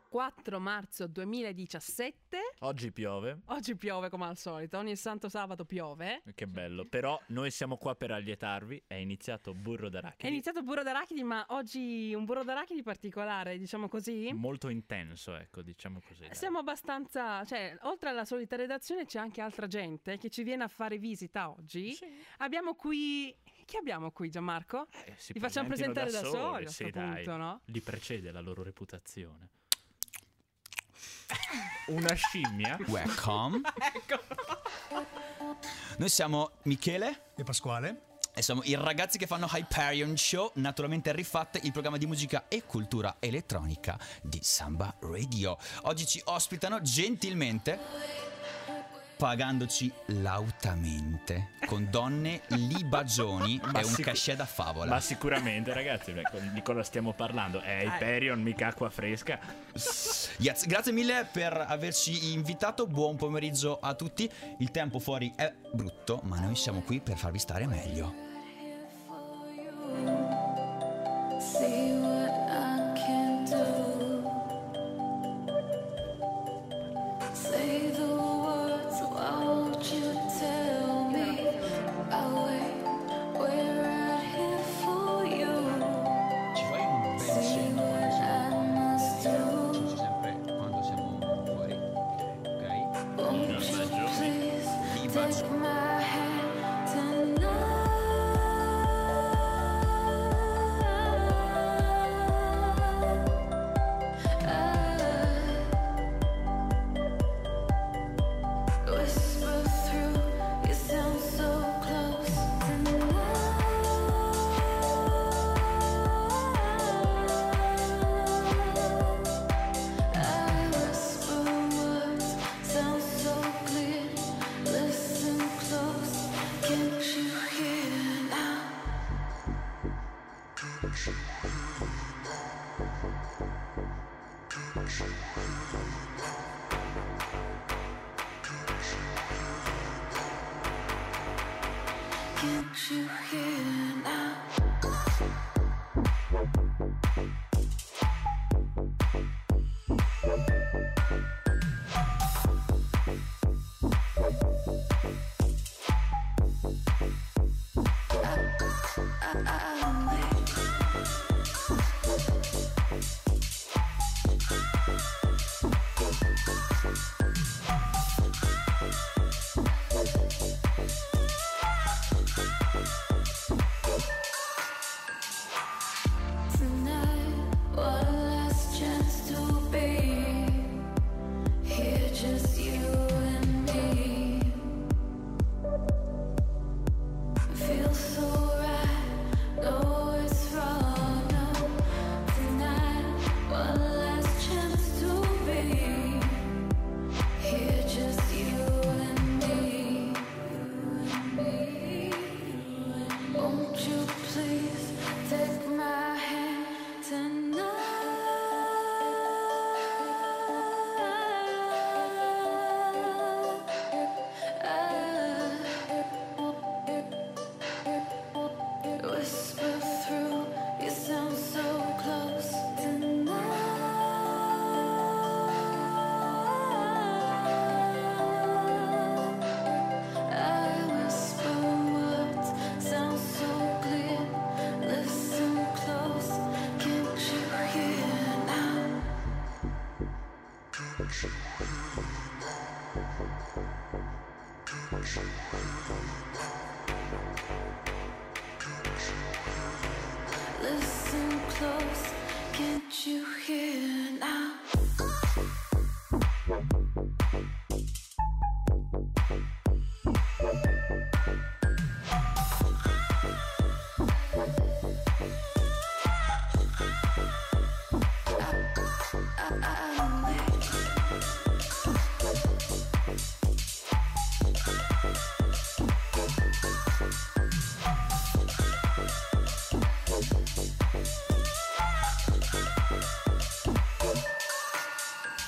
4 marzo 2017. Oggi piove. Oggi piove come al solito, ogni santo sabato piove. Che bello, però noi siamo qua per allietarvi. È iniziato Burro d'Arachidi. È iniziato Burro d'Arachidi, ma oggi un burro d'arachidi particolare, diciamo così. Molto intenso, ecco, diciamo così. Dai. Siamo abbastanza, cioè, oltre alla solita redazione c'è anche altra gente che ci viene a fare visita oggi. Sì. Abbiamo qui... Chi abbiamo qui, Gianmarco? Si Li facciamo presentino presentare da soli a sì, questo dai. punto, no? Li precede la loro reputazione. Una scimmia. Welcome. Ecco. Noi siamo Michele e Pasquale. e siamo i ragazzi che fanno Hyperion Show, naturalmente Rifatte, il programma di musica e cultura elettronica di Samba Radio. Oggi ci ospitano gentilmente, pagandoci lautamente, con donne libagioni e un cachet da favola. Ma sicuramente, ragazzi, di cosa stiamo parlando? È Hyperion, mica acqua fresca. Yes, grazie mille per averci invitato. Buon pomeriggio a tutti. Il tempo fuori è brutto, ma noi siamo qui per farvi stare meglio.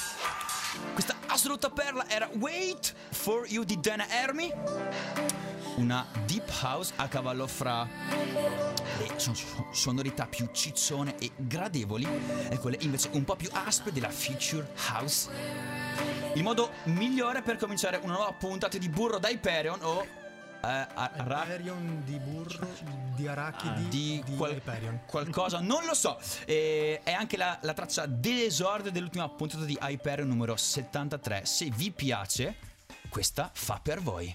Perla era Wait For You di Dana Ermi. una deep house a cavallo fra le sonorità più ciccione e gradevoli e quelle invece un po' più aspre della future house. Il modo migliore per cominciare una nuova puntata di Burro da Hyperion o Hyperion di burro, di arachidi, di Hyperion. Qualcosa, non lo so. È anche la traccia d'esordio dell'ultima puntata di Hyperion numero 73. Se vi piace, questa fa per voi.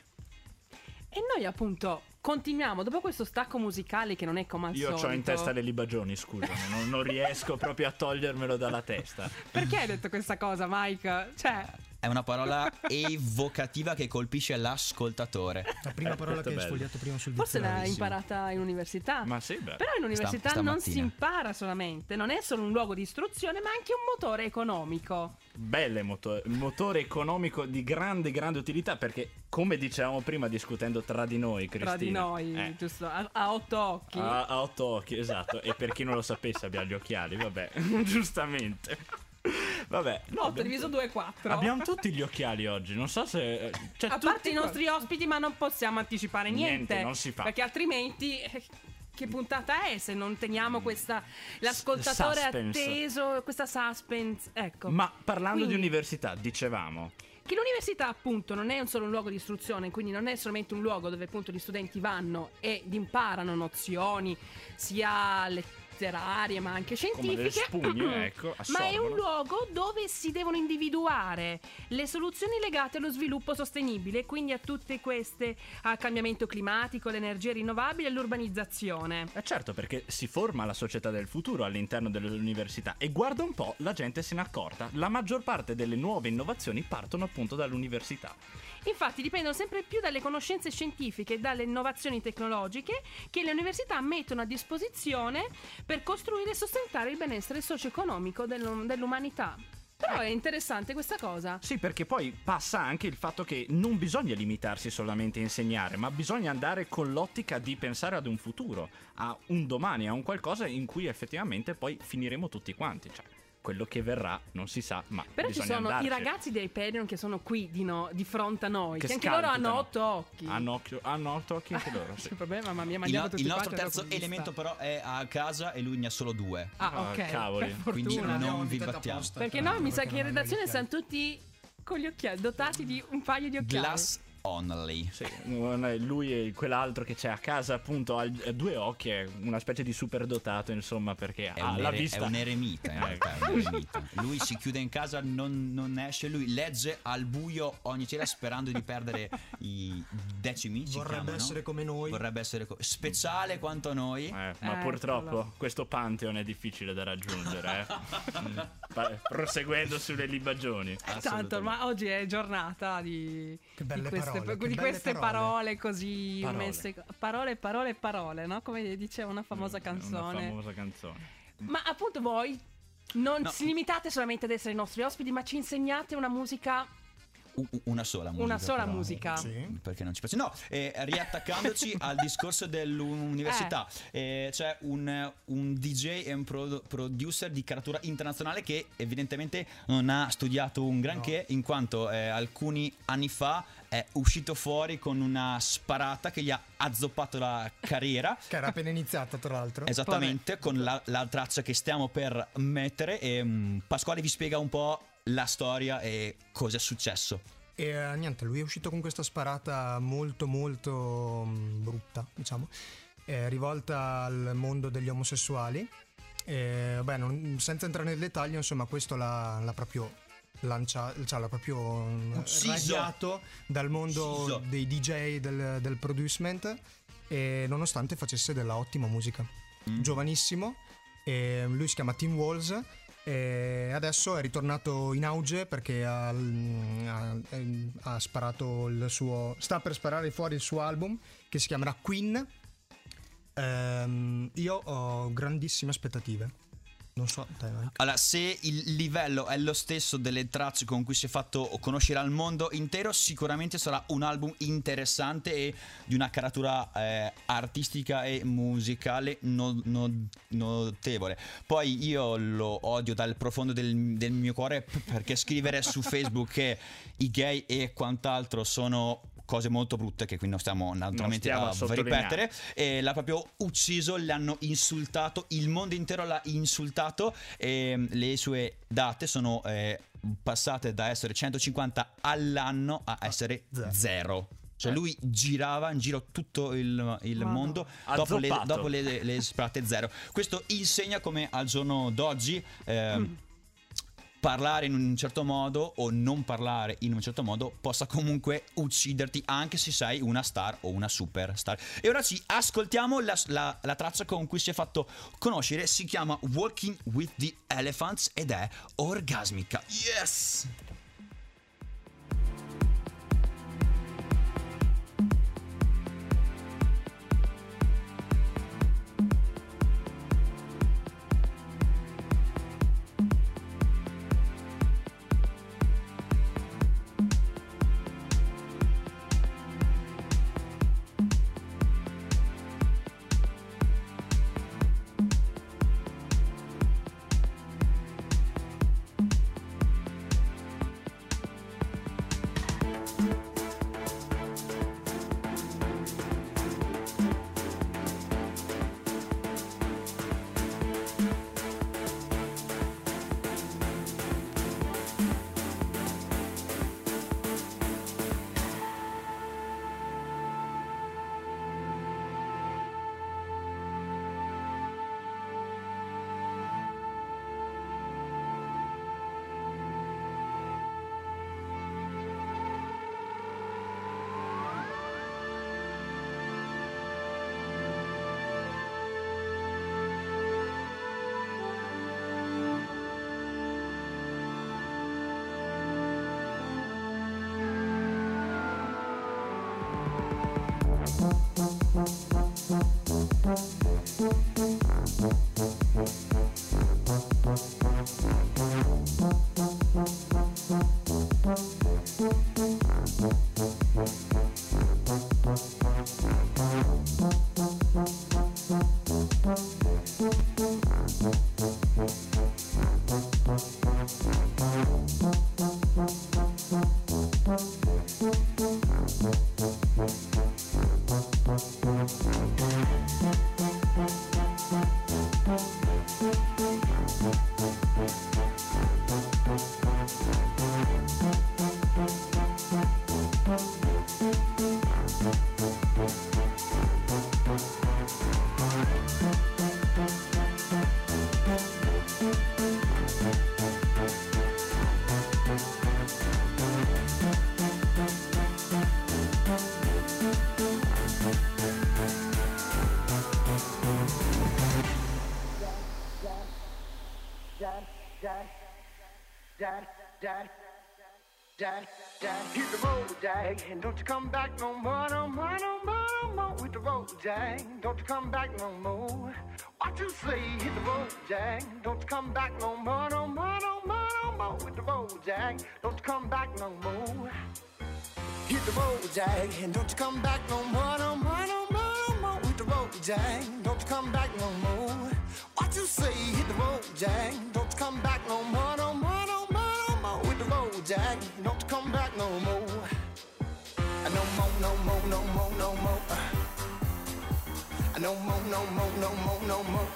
E noi appunto continuiamo dopo questo stacco musicale che non è come al solito. Io c'ho in testa le libagioni, scusami, non riesco proprio a togliermelo dalla testa. Perché hai detto questa cosa, Mike? Cioè, è una parola evocativa che colpisce l'ascoltatore. La prima parola che hai bello. sfogliato prima sul forse l'hai dizionario. imparata in università. Ma sì, beh. Però in università non si stamattina. impara solamente, non è solo un luogo di istruzione, ma anche un motore economico. Belle motore economico di grande utilità, perché come dicevamo prima discutendo tra di noi, Cristina, Tra di noi, giusto? A 8 occhi. a 8 occhi, esatto. E per chi non lo sapesse abbiamo gli occhiali, vabbè, giustamente. Vabbè, no, 8 diviso 2 è 4. abbiamo tutti gli occhiali oggi, non so se cioè, A parte i nostri ospiti, ma non possiamo anticipare niente. Non si fa. Perché altrimenti che puntata è se non teniamo questa l'ascoltatore Suspense. atteso, questa suspense, ecco. Ma parlando Quindi, di università, dicevamo che l'università appunto non è solo un luogo di istruzione, quindi non è solamente un luogo dove appunto gli studenti vanno ed imparano nozioni sia letterarie ma anche come delle scientifiche, spugne, ecco, ma è un assorbono. luogo dove si devono individuare le soluzioni legate allo sviluppo sostenibile, quindi a tutte queste, al cambiamento climatico, l'energia rinnovabile e l'urbanizzazione. Certo, perché si forma la società del futuro all'interno dell'università e guarda un po', la gente se n'è accorta. La maggior parte delle nuove innovazioni partono appunto dall'università. Infatti dipendono sempre più dalle conoscenze scientifiche e dalle innovazioni tecnologiche che le università mettono a disposizione per costruire e sostentare il benessere socio-economico dell'umanità. Però è interessante questa cosa. Sì, perché poi passa anche il fatto che non bisogna limitarsi solamente a insegnare, ma bisogna andare con l'ottica di pensare ad un futuro, a un domani, a un qualcosa in cui effettivamente poi finiremo tutti quanti, cioè quello che verrà non si sa, ma Però ci bisogna sono andarci. i ragazzi di Hyperion che sono qui di fronte a noi, che anche scalpitano. loro hanno 8 occhi. Hanno 8 occhi anche loro, sì. Il problema, mamma mia, Il, mangiamo tutti il nostro quanti terzo dopo questa. elemento però è a casa e lui ne ha solo 2. Ah, ok. cavoli. Per Quindi fortuna. non vi battiamo. Perché no, mi sa che in redazione stanno tutti con gli occhiali, dotati di un paio di occhiali. Glass only. Sì, lui e quell'altro che c'è a casa appunto ha 2 occhi, è una specie di superdotato insomma, perché È ha un, la vista. è un eremita in realtà, è un eremita. Lui si chiude in casa, non esce, lui legge al buio ogni sera sperando di perdere i decimi. si Vorrebbe chiamano. essere come noi. Vorrebbe essere speciale quanto noi. Ma Eccolo. purtroppo questo Pantheon è difficile da raggiungere, proseguendo sulle libagioni. Tanto, ma oggi è giornata di belle queste, parole, che di belle queste parole così Parole. messe. Parole, no? Come diceva una famosa canzone. Una famosa canzone. Ma appunto voi non si limitate solamente ad essere i nostri ospiti, ma ci insegnate una musica. Una sola musica. Una sola però. musica. Sì. Perché non ci piace? No, riattaccandoci al discorso dell'università, c'è un DJ e un producer di caratura internazionale che evidentemente non ha studiato un granché, in quanto alcuni anni fa è uscito fuori con una sparata che gli ha azzoppato la carriera. Che era appena iniziata, tra l'altro. Esattamente, con la traccia che stiamo per mettere. E Pasquale vi spiega un po' la storia e cosa è successo. E niente, lui è uscito con questa sparata molto molto brutta, diciamo, rivolta al mondo degli omosessuali. Senza entrare nel dettaglio, insomma, questo l'ha proprio lanciato, cioè l'ha proprio Ucciso. radiato dal mondo Ucciso. dei DJ, del producement, e nonostante facesse della ottima musica. Giovanissimo, lui si chiama Tim Walls. E adesso è ritornato in auge perché ha sparato il suo. Sta per sparare fuori il suo album che si chiamerà Queen. Io ho grandissime aspettative. Non so, te, Mike. Allora, se il livello è lo stesso delle tracce con cui si è fatto conoscere al mondo intero, sicuramente sarà un album interessante e di una caratura artistica e musicale notevole. Poi io lo odio dal profondo del mio cuore, perché scrivere su Facebook che i gay e quant'altro sono cose molto brutte che qui non stiamo naturalmente stiamo a a sottolineare. ripetere, e l'ha proprio ucciso, l'hanno insultato, il mondo intero l'ha insultato, e le sue date sono passate da essere 150 all'anno a essere zero. Cioè lui girava in giro tutto il mondo dopo Azzoppato. le sprate zero. Questo insegna come al giorno d'oggi parlare in un certo modo o non parlare in un certo modo possa comunque ucciderti, anche se sei una star o una superstar. E ora ci ascoltiamo la traccia con cui si è fatto conoscere, si chiama Walking with the Elephants ed è orgasmica. Yes! Hit the road, Jack, and don't you come back no more, no more, no more, no more. Hit the road, Jack, don't you come back no more. What you say? Hit the road, Jack, don't you come back no more, no more, no more, no more. Hit the road, Jack, don't you come back no more. Hit the road, Jack, and don't you come back no more, no more, no more, no more. Hit the road, Jack, don't you come back no more. What you say? Hit the road, Jack, don't you come back no more, no more, no more, no more. Hit the road, Jack, don't you come back no more. No more, no more, no more, no more. No more, no more, no more, no more.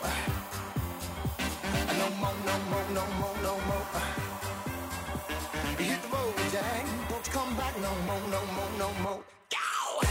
No more, no more, no more, no more. Hit the road, Jack, don't you come back no more, no more, no more. Go!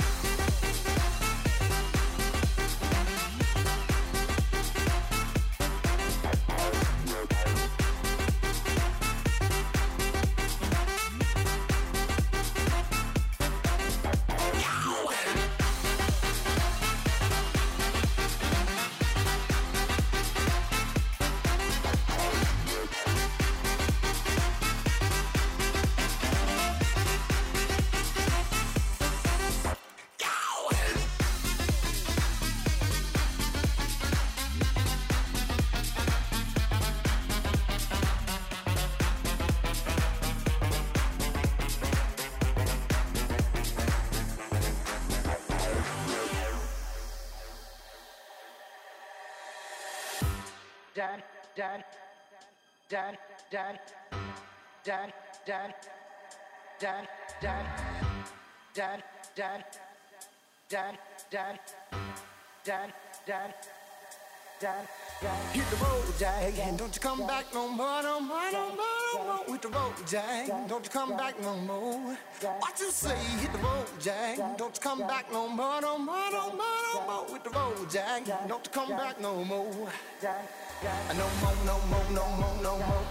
Dad, dad, dad, dad, dad, dad, dad, dad, Dad, dad, dad, dad, dad, dad, dad, dad. Hit the road, Jack, and don't you come back no more, no more, no more, no more. With the road, Jack, don't you come back no more. What you say? Hit the road, Jack, don't you come back no more, no more, no more, no more. With the road, Jack, don't you come back no more. No more, no more, no more, no more.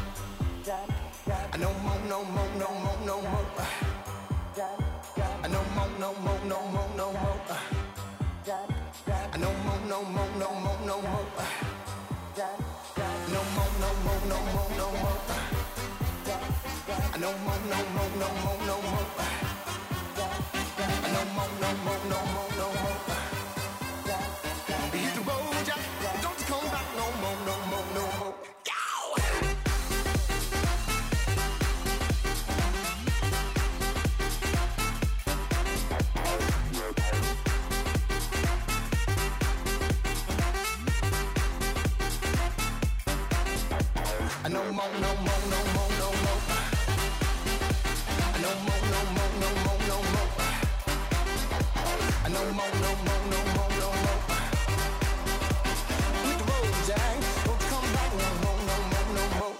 No more, no more, no more, no more. No more, no more, no more, no more. No more, no more, no more, no more. No more, no more, no more, no more. No more, no more, no more, no more. No more, no more, no more, no more. Hit the road, Jack. Don't you come back no more, no more, no more. No more, no more, no more, no more. No more, no more, no more, no more. No more, no more, no more, no more. Hit the road, Jack. Don't you come back no more, no more, no more.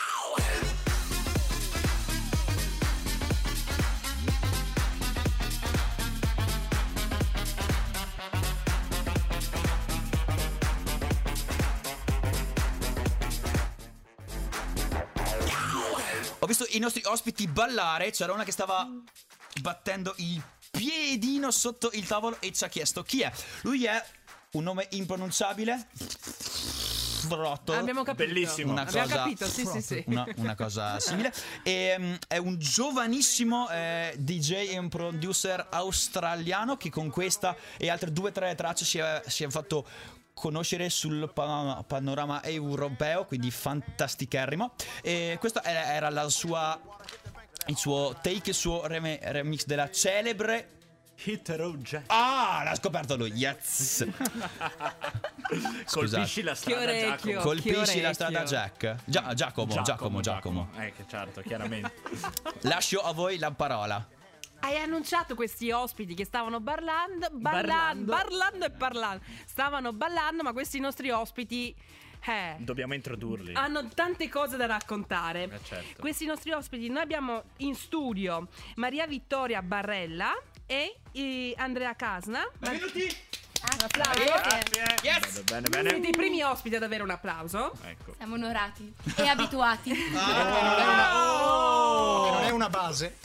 Ho visto i nostri ospiti ballare. C'era una che stava battendo il piedino sotto il tavolo e ci ha chiesto chi è. Lui è un nome impronunciabile. Abbiamo capito. Bellissimo. Abbiamo capito, sì, sì, sì. Una cosa simile. È un giovanissimo DJ e un producer australiano che con questa e altre 2 o 3 tracce si è fatto conoscere sul panorama europeo, quindi fantasticherrimo. E questo era il suo take, il suo remix della celebre Hit the road, Jack. Ah, l'ha scoperto lui. Yes. Colpisci la strada, Che orecchio. Giacomo. Colpisci la orecchio. strada, Jack. Giacomo. Che certo, chiaramente. Lascio a voi la parola. Hai annunciato questi ospiti che stavano parlando. Stavano ballando, ma questi nostri ospiti Dobbiamo introdurli. hanno tante cose da raccontare. Certo. Questi nostri ospiti, noi abbiamo in studio Maria Vittoria Barrella e Andrea Casna. Benvenuti. Un applauso. Grazie. Yes. Bene, Siete bene. i primi ospiti ad avere un applauso. Ecco. Siamo onorati e abituati. Che non è una base.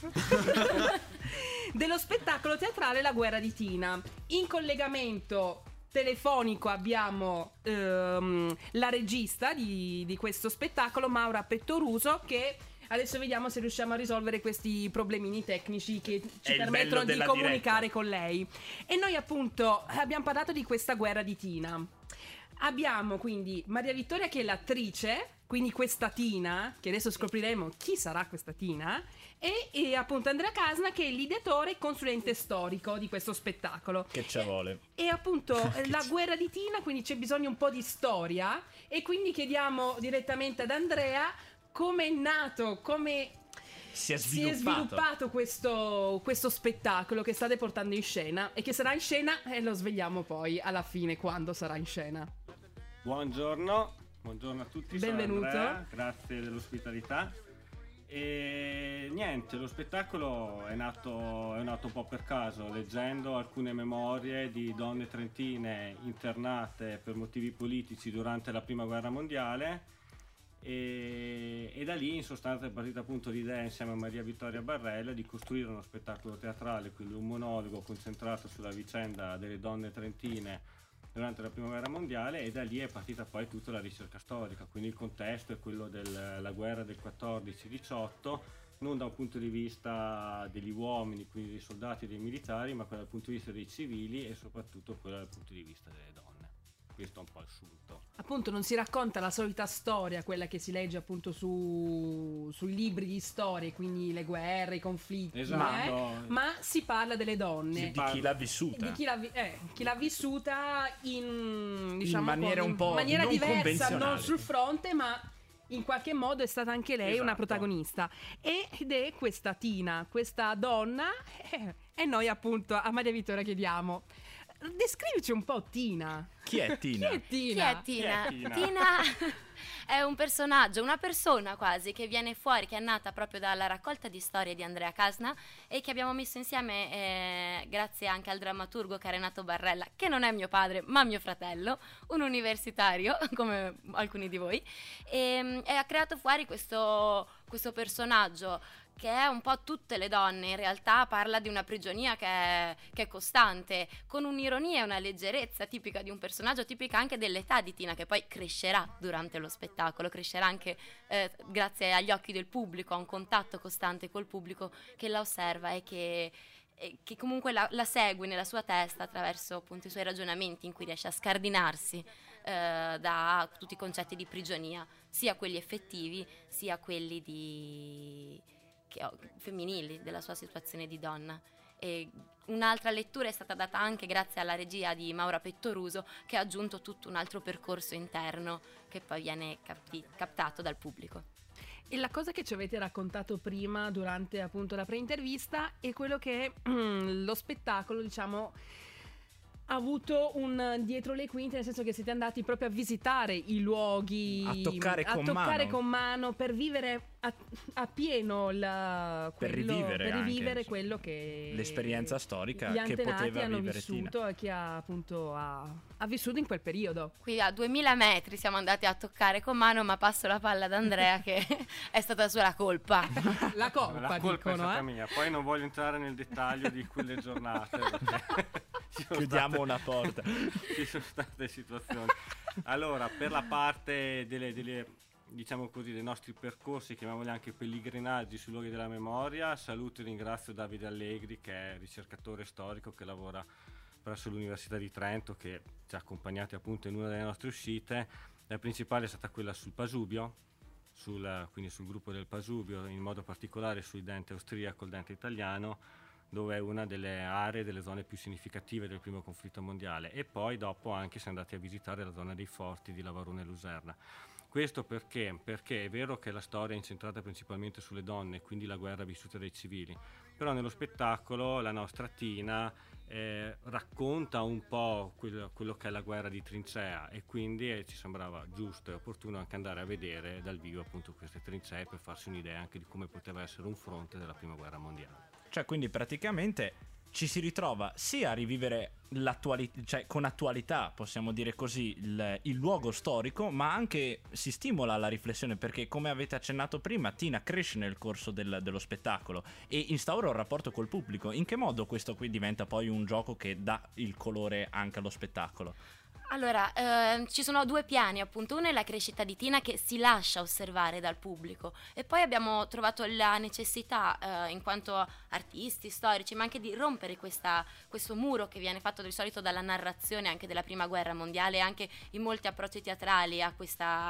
Dello spettacolo teatrale La guerra di Tina. In collegamento telefonico abbiamo la regista di questo spettacolo, Maura Pettoruso, che adesso vediamo se riusciamo a risolvere questi problemini tecnici che ci È il permettono bello di della comunicare diretta. con lei. E noi appunto abbiamo parlato di questa guerra di Tina. Abbiamo quindi Maria Vittoria che è l'attrice, quindi questa Tina, che adesso scopriremo chi sarà questa Tina, e appunto Andrea Casna che è l'ideatore e consulente storico di questo spettacolo. Che ci vuole. E appunto la guerra di Tina, quindi c'è bisogno un po' di storia, e quindi chiediamo direttamente ad Andrea come è nato, come Si è si è sviluppato questo spettacolo che state portando in scena e che sarà in scena e lo svegliamo poi alla fine quando sarà in scena. Buongiorno a tutti, Benvenuto. sono Andrea, grazie dell'ospitalità. E niente, lo spettacolo è nato un po' per caso, leggendo alcune memorie di donne trentine internate per motivi politici durante la Prima Guerra Mondiale. E da lì in sostanza è partita appunto l'idea insieme a Maria Vittoria Barrella di costruire uno spettacolo teatrale, quindi un monologo concentrato sulla vicenda delle donne trentine durante la Prima Guerra Mondiale, e da lì è partita poi tutta la ricerca storica, quindi il contesto è quello della guerra del 14-18, non da un punto di vista degli uomini, quindi dei soldati e dei militari, ma dal punto di vista dei civili e soprattutto quello dal punto di vista delle donne. Questo è un po' il sunto. Appunto non si racconta la solita storia, quella che si legge appunto sui libri di storie, quindi le guerre, i conflitti, Esatto. ma si parla delle donne. Di chi l'ha vissuta. Di chi l'ha vissuta in, diciamo, maniera un po' in maniera non diversa, convenzionale. non sul fronte, ma in qualche modo è stata anche lei una Esatto. protagonista, ed è questa Tina, questa donna, e noi appunto a Maria Vittoria chiediamo: descrivici un po' Tina. Chi è Tina? Chi è Chi Tina? è Tina? Chi è Tina? Tina è un personaggio, una persona quasi, che viene fuori, che è nata proprio dalla raccolta di storie di Andrea Casna e che abbiamo messo insieme grazie anche al drammaturgo Carenato Barrella, che non è mio padre ma mio fratello, un universitario come alcuni di voi, e ha creato fuori questo personaggio che è un po' tutte le donne. In realtà parla di una prigionia che è costante, con un'ironia e una leggerezza tipica di un personaggio, tipica anche dell'età di Tina, che poi crescerà durante lo spettacolo, crescerà anche grazie agli occhi del pubblico, a un contatto costante col pubblico che la osserva e che comunque la segue nella sua testa attraverso appunto i suoi ragionamenti, in cui riesce a scardinarsi da tutti i concetti di prigionia, sia quelli effettivi sia quelli femminili, della sua situazione di donna. E un'altra lettura è stata data anche grazie alla regia di Maura Pettoruso, che ha aggiunto tutto un altro percorso interno che poi viene captato dal pubblico. E la cosa che ci avete raccontato prima durante appunto la pre-intervista è quello che lo spettacolo, diciamo, ha avuto un dietro le quinte, nel senso che siete andati proprio a visitare i luoghi, A toccare con mano, per vivere a pieno Per rivivere anche, quello che l'esperienza storica gli che antenati poteva hanno vivere vissuto e che appunto ha vissuto in quel periodo. Qui a 2000 metri siamo andati a toccare con mano, ma passo la palla ad Andrea che è stata sua la colpa. La colpa, La colpa è dicono, stata mia. Poi non voglio entrare nel dettaglio di quelle giornate, perché Chiudiamo una porta. ci sono state situazioni. Allora, per la parte delle diciamo così, dei nostri percorsi, chiamiamoli anche pellegrinaggi sui luoghi della memoria, saluto e ringrazio Davide Allegri, che è ricercatore storico che lavora presso l'Università di Trento, che ci ha accompagnati appunto in una delle nostre uscite. La principale è stata quella sul Pasubio, quindi sul gruppo del Pasubio, in modo particolare sul dente austriaco, il dente italiano, dove è una delle aree, delle zone più significative del primo conflitto mondiale. E poi dopo anche siamo andati a visitare la zona dei forti di Lavarone e Luserna. Questo perché? Perché è vero che la storia è incentrata principalmente sulle donne, quindi la guerra vissuta dai civili, però nello spettacolo la nostra Tina racconta un po' quello che è la guerra di trincea, e quindi ci sembrava giusto e opportuno anche andare a vedere dal vivo appunto queste trincee per farsi un'idea anche di come poteva essere un fronte della prima guerra mondiale. Cioè, quindi praticamente ci si ritrova sia a rivivere l'attualità, cioè con attualità possiamo dire così, il luogo storico, ma anche si stimola la riflessione, perché come avete accennato prima, Tina cresce nel corso dello spettacolo e instaura un rapporto col pubblico. In che modo questo qui diventa poi un gioco che dà il colore anche allo spettacolo? Allora, ci sono due piani appunto, uno è la crescita di Tina che si lascia osservare dal pubblico, e poi abbiamo trovato la necessità in quanto artisti, storici, ma anche di rompere questo muro che viene fatto di solito dalla narrazione anche della prima guerra mondiale, anche in molti approcci teatrali a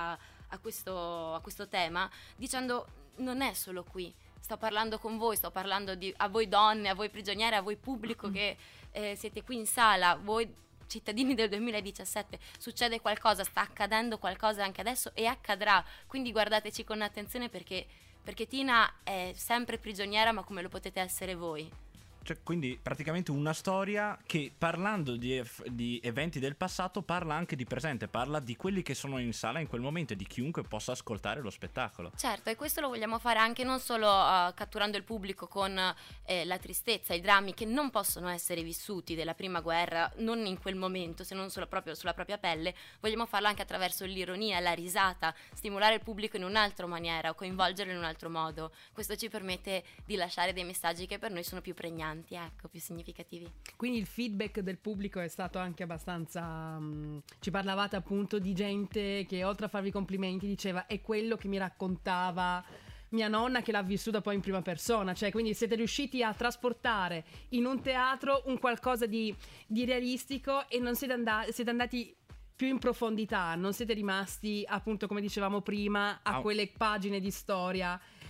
questo tema, dicendo non è solo qui. Sto parlando con voi, sto parlando a voi donne, a voi prigioniere, a voi pubblico che siete qui in sala, voi cittadini del 2017, succede qualcosa, sta accadendo qualcosa anche adesso e accadrà, quindi guardateci con attenzione perché Tina è sempre prigioniera, ma come lo potete essere voi. Cioè, quindi praticamente una storia che, parlando di eventi del passato, parla anche di presente, parla di quelli che sono in sala in quel momento e di chiunque possa ascoltare lo spettacolo. Certo, e questo lo vogliamo fare anche non solo catturando il pubblico con la tristezza, i drammi che non possono essere vissuti della prima guerra, non in quel momento, se non proprio sulla propria pelle. Vogliamo farlo anche attraverso l'ironia, la risata, stimolare il pubblico in un'altra maniera o coinvolgerlo in un altro modo. Questo ci permette di lasciare dei messaggi che per noi sono più pregnanti, ecco, più significativi. Quindi il feedback del pubblico è stato anche abbastanza ci parlavate appunto di gente che oltre a farvi complimenti diceva è quello che mi raccontava mia nonna, che l'ha vissuta poi in prima persona, cioè quindi siete riusciti a trasportare in un teatro un qualcosa di realistico e non siete andati più in profondità, non siete rimasti appunto come dicevamo prima a quelle pagine di storia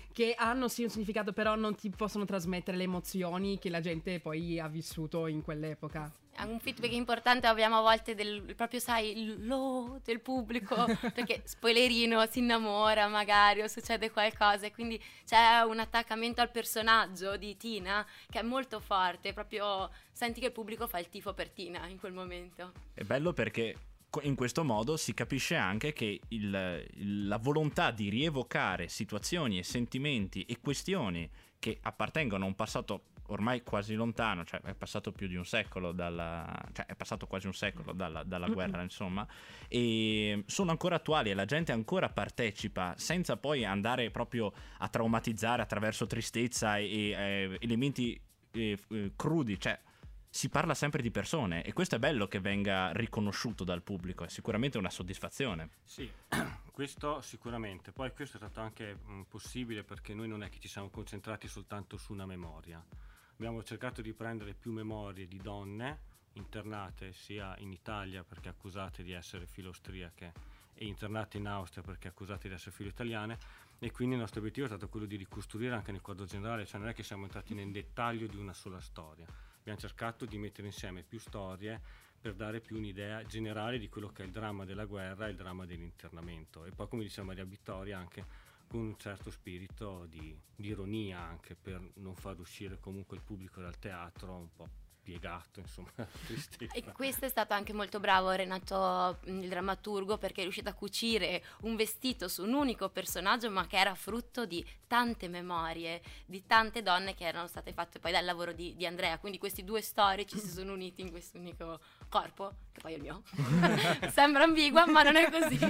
che hanno sì un significato, però non ti possono trasmettere le emozioni che la gente poi ha vissuto in quell'epoca. Un feedback importante abbiamo a volte proprio sai del pubblico, perché spoilerino, si innamora magari o succede qualcosa e quindi c'è un attaccamento al personaggio di Tina che è molto forte, proprio senti che il pubblico fa il tifo per Tina in quel momento. È bello perché in questo modo si capisce anche che la volontà di rievocare situazioni e sentimenti e questioni che appartengono a un passato ormai quasi lontano, cioè è passato più di un secolo è passato quasi un secolo dalla guerra, insomma, e sono ancora attuali e la gente ancora partecipa senza poi andare proprio a traumatizzare attraverso tristezza e elementi crudi, cioè si parla sempre di persone e questo è bello che venga riconosciuto dal pubblico, è sicuramente una soddisfazione. Sì, questo sicuramente. Poi questo è stato anche possibile perché noi non è che ci siamo concentrati soltanto su una memoria. Abbiamo cercato di prendere più memorie di donne internate sia in Italia perché accusate di essere filo-austriache e internate in Austria perché accusate di essere filo-italiane, e quindi il nostro obiettivo è stato quello di ricostruire anche nel quadro generale, cioè non è che siamo entrati nel dettaglio di una sola storia. Abbiamo cercato di mettere insieme più storie per dare più un'idea generale di quello che è il dramma della guerra e il dramma dell'internamento, e poi come diceva Maria Vittoria anche con un certo spirito di ironia, anche per non far uscire comunque il pubblico dal teatro un po' piegato, insomma, tristezza. E questo è stato anche molto bravo Renato, il drammaturgo, perché è riuscito a cucire un vestito su un unico personaggio, ma che era frutto di tante memorie, di tante donne che erano state fatte poi dal lavoro di Andrea, quindi questi due storici si sono uniti in questo unico corpo, che poi è il mio. Sembra ambigua, ma non è così.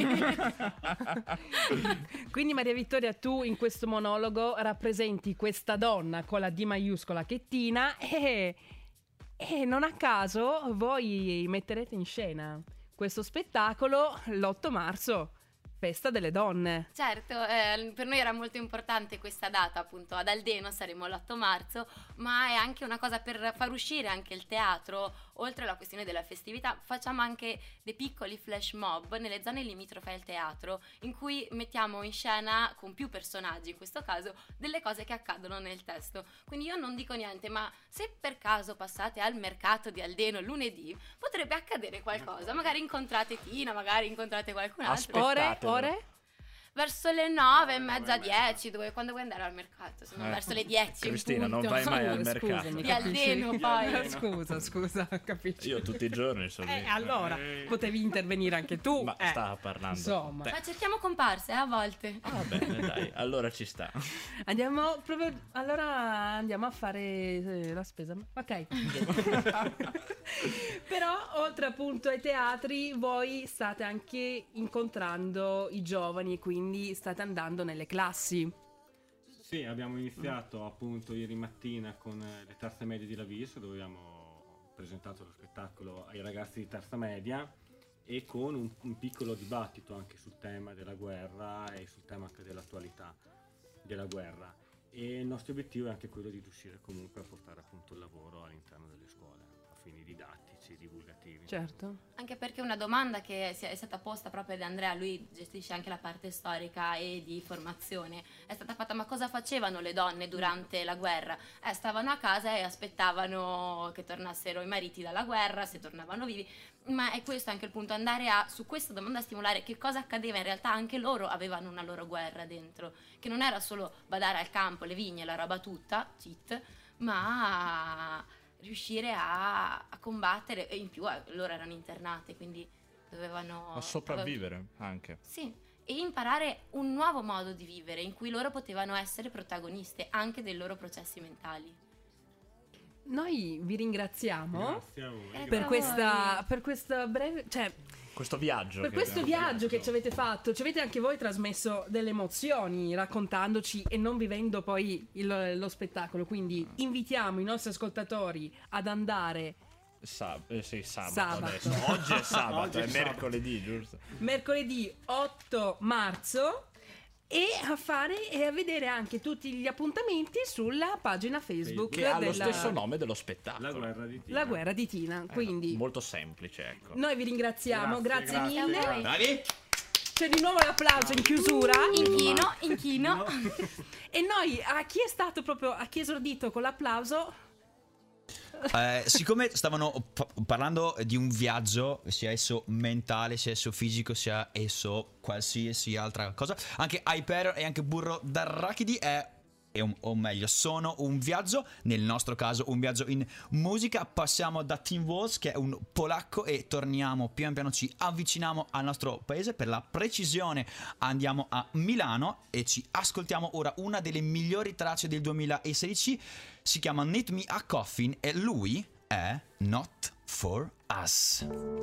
Quindi Maria Vittoria, tu in questo monologo rappresenti questa donna con la D maiuscola che è Tina e non a caso voi metterete in scena questo spettacolo l'8 marzo, Festa delle Donne. Certo, per noi era molto importante questa data, appunto ad Aldeno saremo l'8 marzo, ma è anche una cosa per far uscire anche il teatro, oltre alla questione della festività. Facciamo anche dei piccoli flash mob nelle zone limitrofe al teatro, in cui mettiamo in scena con più personaggi, in questo caso, delle cose che accadono nel testo. Quindi io non dico niente, ma se per caso passate al mercato di Aldeno lunedì, potrebbe accadere qualcosa, magari incontrate Tina, magari incontrate qualcun altro. Ore? Verso le 9:30, 10, quando vuoi andare al mercato? Se no, verso le 10 Cristina, in non punto. vai mai al mercato. Scusami, Di Aldeno poi. Scusa, capisci? Io tutti i giorni sono lì. Allora, potevi intervenire anche tu. Ma stava parlando. Insomma. Ma cerchiamo comparse a volte. Va bene, dai, allora ci sta. Andiamo a fare la spesa. Ok. Però oltre appunto ai teatri, voi state anche incontrando i giovani e quindi state andando nelle classi. Sì, abbiamo iniziato appunto ieri mattina con le terze medie di Lavis, dove abbiamo presentato lo spettacolo ai ragazzi di terza media e con un piccolo dibattito anche sul tema della guerra e sul tema anche dell'attualità della guerra. E il nostro obiettivo è anche quello di riuscire comunque a portare appunto il lavoro all'interno delle scuole a fini didattici, divulgativi. Certo. Anche perché una domanda che è stata posta proprio da Andrea, lui gestisce anche la parte storica e di formazione, è stata fatta: ma cosa facevano le donne durante la guerra? Stavano a casa e aspettavano che tornassero i mariti dalla guerra, se tornavano vivi. Ma è questo anche il punto, andare su questa domanda a stimolare che cosa accadeva. In realtà anche loro avevano una loro guerra dentro, che non era solo badare al campo, le vigne, la roba tutta, cheat, ma riuscire a combattere. E in più loro erano internate, quindi dovevano A sopravvivere anche. Sì, e imparare un nuovo modo di vivere in cui loro potevano essere protagoniste anche dei loro processi mentali. Noi vi ringraziamo Grazie a voi. per questa breve, cioè Questo viaggio. per questo viaggio che ci avete fatto. Ci avete anche voi trasmesso delle emozioni raccontandoci e non vivendo poi lo spettacolo. Quindi invitiamo i nostri ascoltatori ad andare Sabato. Sabato. Adesso. Oggi è sabato, Oggi è è sabato. mercoledì, giusto? mercoledì 8 marzo e a vedere anche tutti gli appuntamenti sulla pagina Facebook Che ha lo della stesso nome dello spettacolo. La guerra di Tina. La guerra di Tina. Quindi Molto semplice, ecco. noi vi ringraziamo, grazie Grazie, mille. grazie. Bravi? C'è di nuovo l'applauso in chiusura. Inchino. E noi, a chi è stato proprio, a chi è esordito con l'applauso? Siccome stavano parlando di un viaggio, sia esso mentale, sia esso fisico, sia esso qualsiasi altra cosa, anche Hyperion e anche Burro d'Arachidi o meglio, sono un viaggio, nel nostro caso un viaggio in musica. Passiamo da Teen Walls, che è un polacco, e torniamo pian piano, ci avviciniamo al nostro paese. Per la precisione andiamo a Milano e ci ascoltiamo ora una delle migliori tracce del 2016. Si chiama Knit Me a Coffin e lui è Not For Us.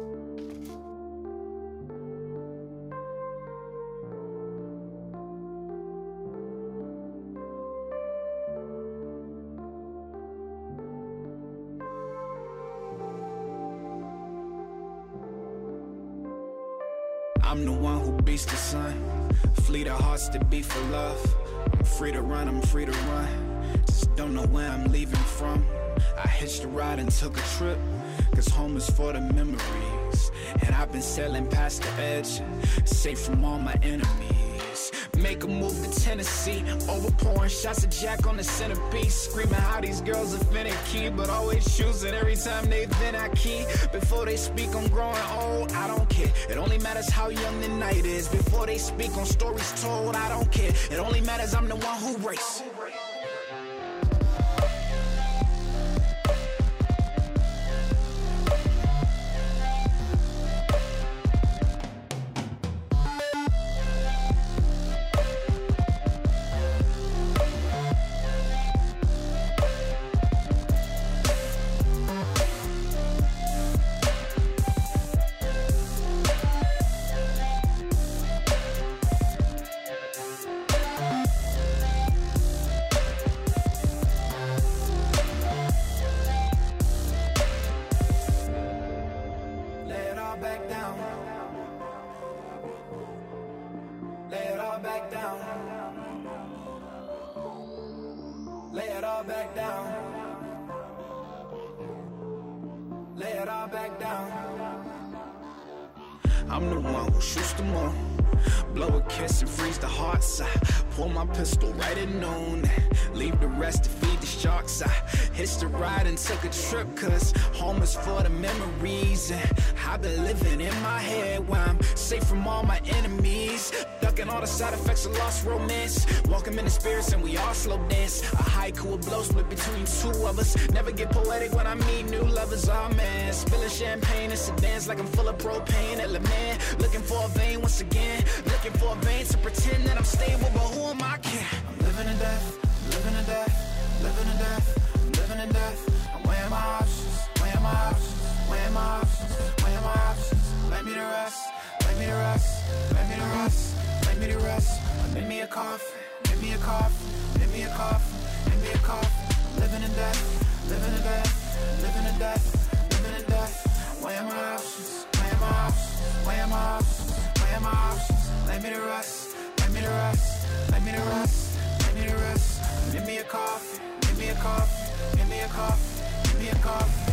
I'm the one who beats the sun. Fleet of hearts that beat for love. I'm free to run, I'm free to run. Just don't know where I'm leaving from. I hitched a ride and took a trip, cause home is for the memories. And I've been sailing past the edge, safe from all my enemies. Make a move to Tennessee, overpouring shots of Jack on the centerpiece. Screaming how these girls are finicky, but always choosing every time they then I key. Before they speak on growing old, I don't care. It only matters how young the night is. Before they speak on stories told, I don't care. It only matters I'm the one who race. I'm the one who shoots them all. Blow a kiss and freeze the hearts. I pull my pistol right at noon. Leave the rest to feed the sharks. I hitched a ride and took a trip, cause home is for the memories. And I've been living in my head where I'm safe from all my enemies. Ducking all the side effects of lost romance. Walking in the spirits and we all slow dance. A haiku, a blow split between two of us. Never get poetic when I meet new lovers. Oh man, spilling champagne in sedans like I'm full of propane at Le Mans. Looking for a vein once again. Looking for a vein to pretend that I'm stable, but who am I kidding? I'm living in death, living in death, living in death, living in death. I'm weighing my options, weighing my options, weighing my options, weighing my options. Let me to rest, let me to rest, let me to rest, let me to rest. Make me a coffin, make me a coffin, make me a coffin, make me a coffin. Living in death, living in death, living in death, living in death. Weighing my options, weighing my options, weighing my options, weighing my options. Let me to rest, let me to rest, let me to rest, let me to rest. Give me a coffee, give me a coffee, give me a coffee, give me a coffee.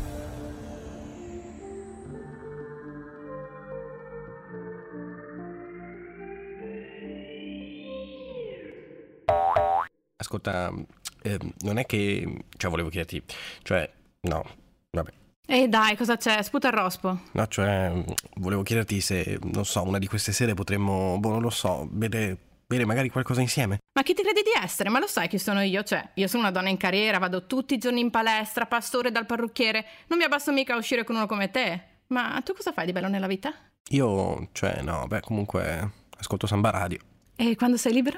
Ascolta, non è che... Cioè, volevo chiederti... Cioè, no, vabbè. Dai, cosa c'è? Sputa il rospo. No, cioè, volevo chiederti se, non so, una di queste sere potremmo, non lo so, bere magari qualcosa insieme. Ma chi ti credi di essere? Ma lo sai chi sono io? Cioè, io sono una donna in carriera, vado tutti i giorni in palestra, pastore dal parrucchiere. Non mi abbasso mica a uscire con uno come te. Ma tu cosa fai di bello nella vita? Io, cioè, no, beh, comunque, ascolto Samba Radio. E quando sei libero?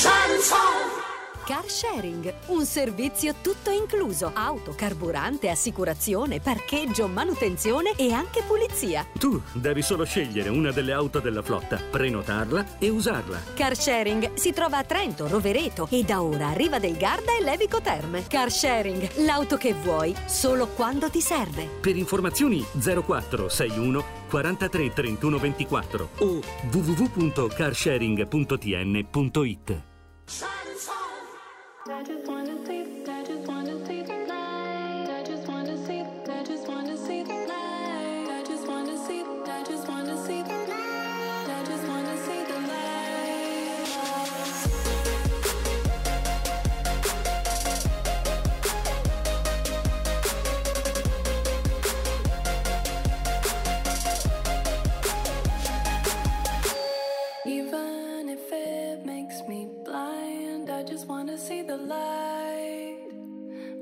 Car sharing, un servizio tutto incluso: auto, carburante, assicurazione, parcheggio, manutenzione e anche pulizia. Tu devi solo scegliere una delle auto della flotta, prenotarla e usarla. Car sharing si trova a Trento, Rovereto e da ora a Riva del Garda e Levico Terme. Car sharing, l'auto che vuoi, solo quando ti serve. Per informazioni 0461 43 31 24 o www.carsharing.tn.it. I just wanna see the light. I just wanna see the light. I just wanna see the light. I just wanna see the light. I just wanna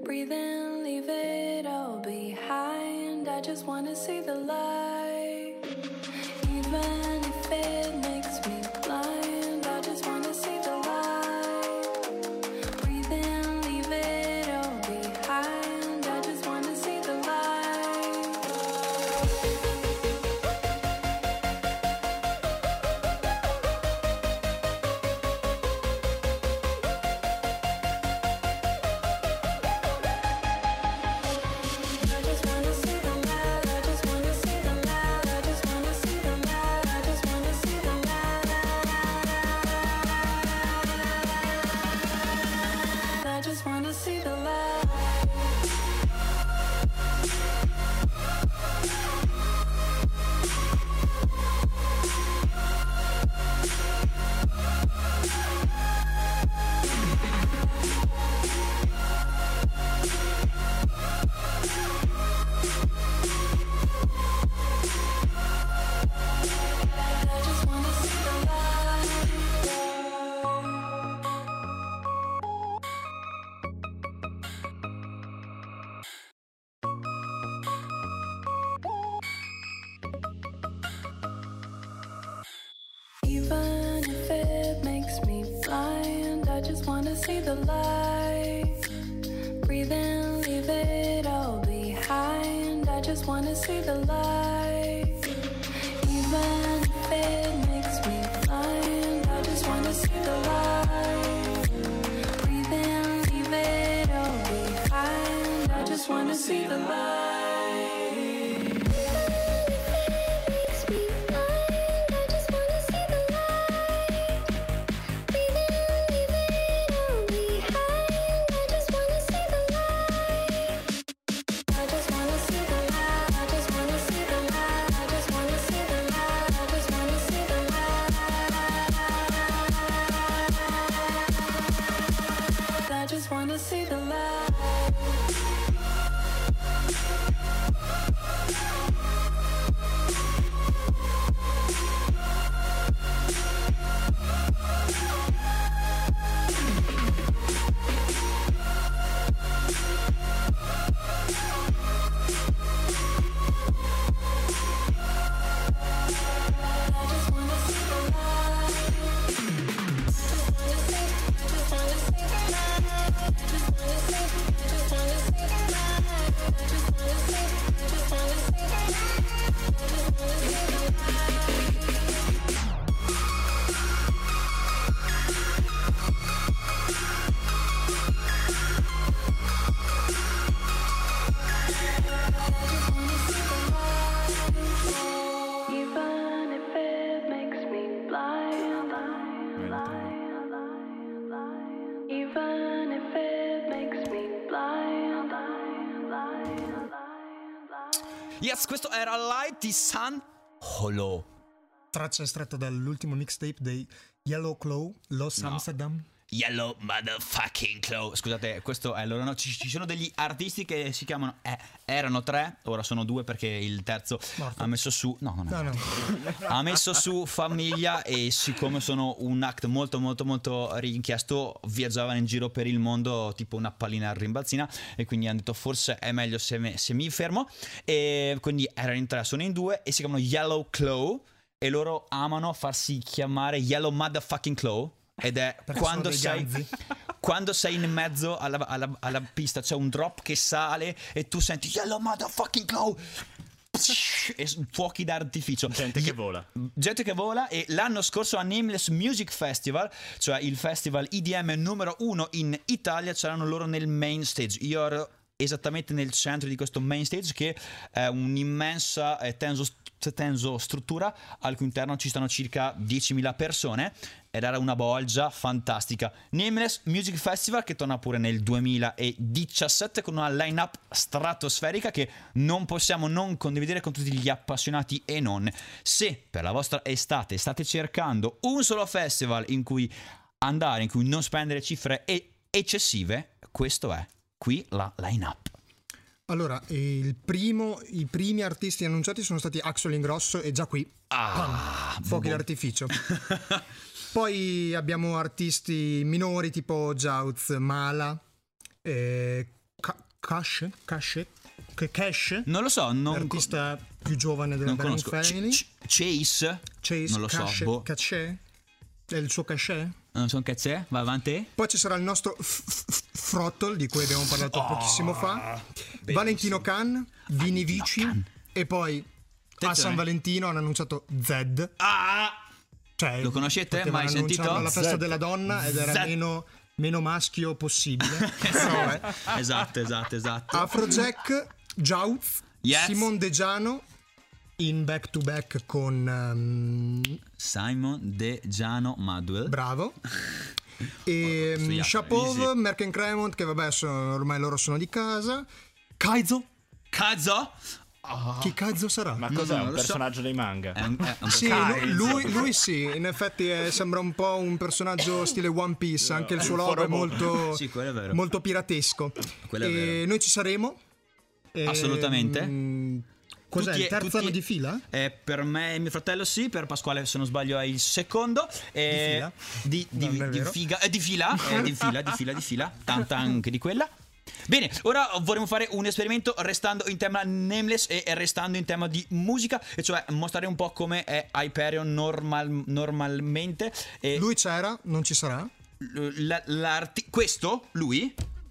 Breathe in, leave it all behind. I just wanna see the light. Even if it makes me blind, I just wanna see the light. Breathe in, leave it all behind. I just wanna see the light. I just wanna see the light. I just wanna see the light. I just wanna see the light. I just wanna see the light. I just wanna see the light. I just wanna see the light. Even if it makes me blind, I just wanna see the light. Breathe in, leave it all behind. I just wanna see the light. Even if it makes me blind, I just wanna see the light. Breathe in, leave it all behind. I just wanna see the light. I just wanna see the light. Even if it makes me blind, even if it makes me blind. Yes, questo era Light di San Holo. Traccia estratta dall'ultimo mixtape dei Yellow Claw, Los No. Amsterdam. Yellow Motherfucking Claw. Scusate, questo è loro. No, ci sono degli artisti che si chiamano. Erano 3, ora sono 2 perché il terzo Morto. ha messo su. No, No, no. ha messo su famiglia e siccome sono un act molto molto molto richiesto, viaggiavano in giro per il mondo tipo una pallina rimbalzina e quindi hanno detto forse è meglio se mi fermo, e quindi erano in 3, sono in 2 e si chiamano Yellow Claw e loro amano farsi chiamare Yellow Motherfucking Claw ed è Perché quando sono dei sei ganzi. quando sei in mezzo alla pista, c'è un drop che sale e tu senti Yellow Motherfucking Claw e fuochi d'artificio, Gente che vola. gente che vola. E l'anno scorso a Nameless Music Festival, cioè il festival EDM numero 1 in Italia, c'erano loro nel main stage. Io ero esattamente nel centro di questo main stage, che è un'immensa tenso struttura al cui interno ci stanno circa 10.000 persone ed era una bolgia fantastica. Nameless Music Festival che torna pure nel 2017 con una line-up stratosferica che non possiamo non condividere con tutti gli appassionati e non. Se per la vostra estate state cercando un solo festival in cui andare, in cui non spendere cifre eccessive, questo è qui la line-up. Allora, i primi artisti annunciati sono stati Axel Ingrosso e già qui fuochi d'artificio. Poi abbiamo artisti minori tipo Jauz, Mala, Cash? Non lo so, l'artista più giovane della non Bang conosco. Family. Chase? Non lo Cash, so. Cachet? È il suo cachet? Non so che c'è, va avanti. Poi ci sarà il nostro Frottle, di cui abbiamo parlato pochissimo fa. Valentino Khan, Vini Vici. E poi a San Valentino hanno annunciato Zed. Cioè, lo conoscete? potevano Mai sentito? annunciarlo alla festa Zed. della donna ed era meno maschio possibile. Esatto. Afrojack, Jauz, Yes. Simon De Giano in back to back con Simon De Giano Madwell. bravo. E Shapov, Merken Cremont, che vabbè ormai loro sono di casa. Kaizo. Chi cazzo sarà? Ma cos'è? Un personaggio dei manga? Sì, lui sì, in effetti sembra un po' un personaggio stile One Piece, anche il suo logo è molto, Sì, quello è vero. molto piratesco. Quello è vero. Noi ci saremo. Assolutamente. Cos'è, il terzo anno di fila? Per me e mio fratello sì, per Pasquale se non sbaglio è il secondo. Di fila, tanta anche di quella. Bene, ora vorremmo fare un esperimento restando in tema Nameless e restando in tema di musica, e cioè mostrare un po' come è Hyperion normalmente. Lui c'era, non ci sarà? Questo? Lui?